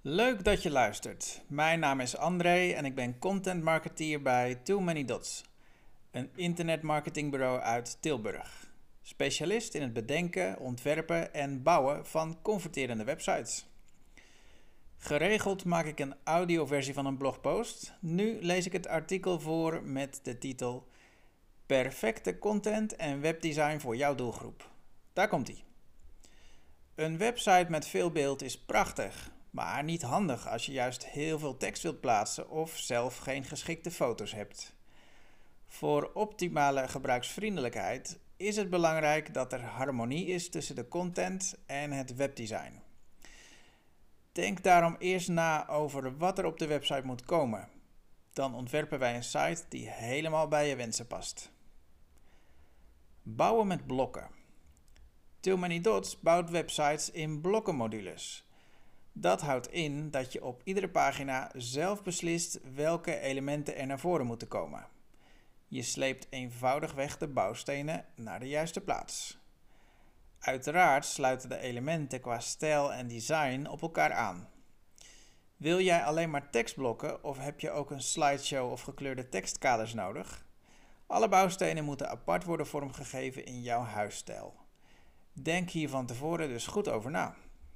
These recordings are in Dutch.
Leuk dat je luistert. Mijn naam is André en ik ben content marketeer bij Too Many Dots, een internetmarketingbureau uit Tilburg. Specialist in het bedenken, ontwerpen en bouwen van converterende websites. Geregeld maak ik een audioversie van een blogpost. Nu lees ik het artikel voor met de titel Perfecte content en webdesign voor jouw doelgroep. Daar komt-ie. Een website met veel beeld is prachtig, maar niet handig als je juist heel veel tekst wilt plaatsen of zelf geen geschikte foto's hebt. Voor optimale gebruiksvriendelijkheid is het belangrijk dat er harmonie is tussen de content en het webdesign. Denk daarom eerst na over wat er op de website moet komen. Dan ontwerpen wij een site die helemaal bij je wensen past. Bouwen met blokken. Too Many Dots bouwt websites in blokkenmodules. Dat houdt in dat je op iedere pagina zelf beslist welke elementen er naar voren moeten komen. Je sleept eenvoudigweg de bouwstenen naar de juiste plaats. Uiteraard sluiten de elementen qua stijl en design op elkaar aan. Wil jij alleen maar tekstblokken of heb je ook een slideshow of gekleurde tekstkaders nodig? Alle bouwstenen moeten apart worden vormgegeven in jouw huisstijl. Denk hier van tevoren dus goed over na.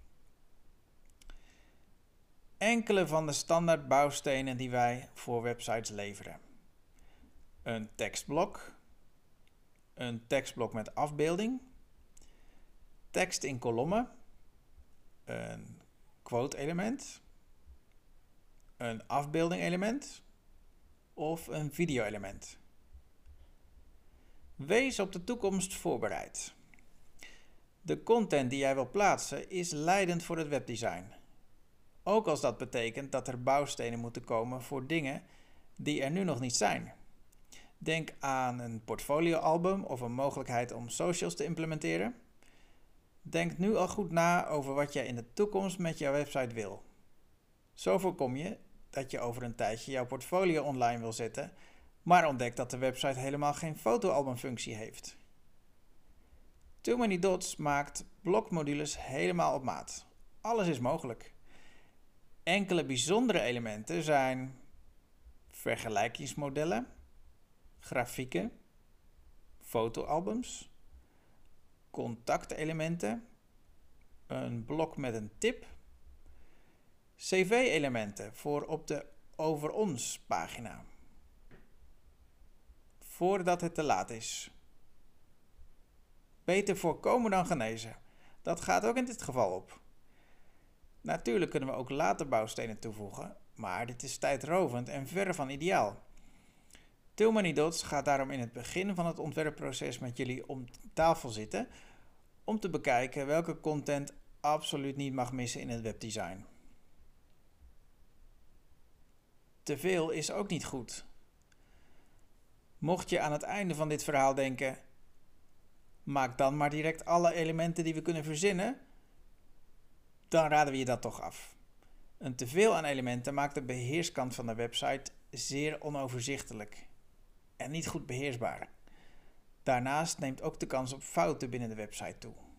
Enkele van de standaard bouwstenen die wij voor websites leveren. Een tekstblok met afbeelding, tekst in kolommen, een quote element, een afbeelding element of een video element. Wees op de toekomst voorbereid. De content die jij wil plaatsen is leidend voor het webdesign. Ook als dat betekent dat er bouwstenen moeten komen voor dingen die er nu nog niet zijn. Denk aan een portfolioalbum of een mogelijkheid om socials te implementeren. Denk nu al goed na over wat jij in de toekomst met jouw website wil. Zo voorkom je dat je over een tijdje jouw portfolio online wil zetten, maar ontdekt dat de website helemaal geen fotoalbumfunctie heeft. Too Many Dots maakt blokmodules helemaal op maat. Alles is mogelijk. Enkele bijzondere elementen zijn vergelijkingsmodellen, grafieken, fotoalbums, contactelementen, een blok met een tip, cv-elementen voor op de Over ons pagina. Voordat het te laat is. Beter voorkomen dan genezen. Dat gaat ook in dit geval op. Natuurlijk kunnen we ook later bouwstenen toevoegen, maar dit is tijdrovend en verre van ideaal. Too Many Dots gaat daarom in het begin van het ontwerpproces met jullie om tafel zitten om te bekijken welke content absoluut niet mag missen in het webdesign. Te veel is ook niet goed. Mocht je aan het einde van dit verhaal denken, maak dan maar direct alle elementen die we kunnen verzinnen, dan raden we je dat toch af. Een teveel aan elementen maakt de beheerskant van de website zeer onoverzichtelijk en niet goed beheersbaar. Daarnaast neemt ook de kans op fouten binnen de website toe.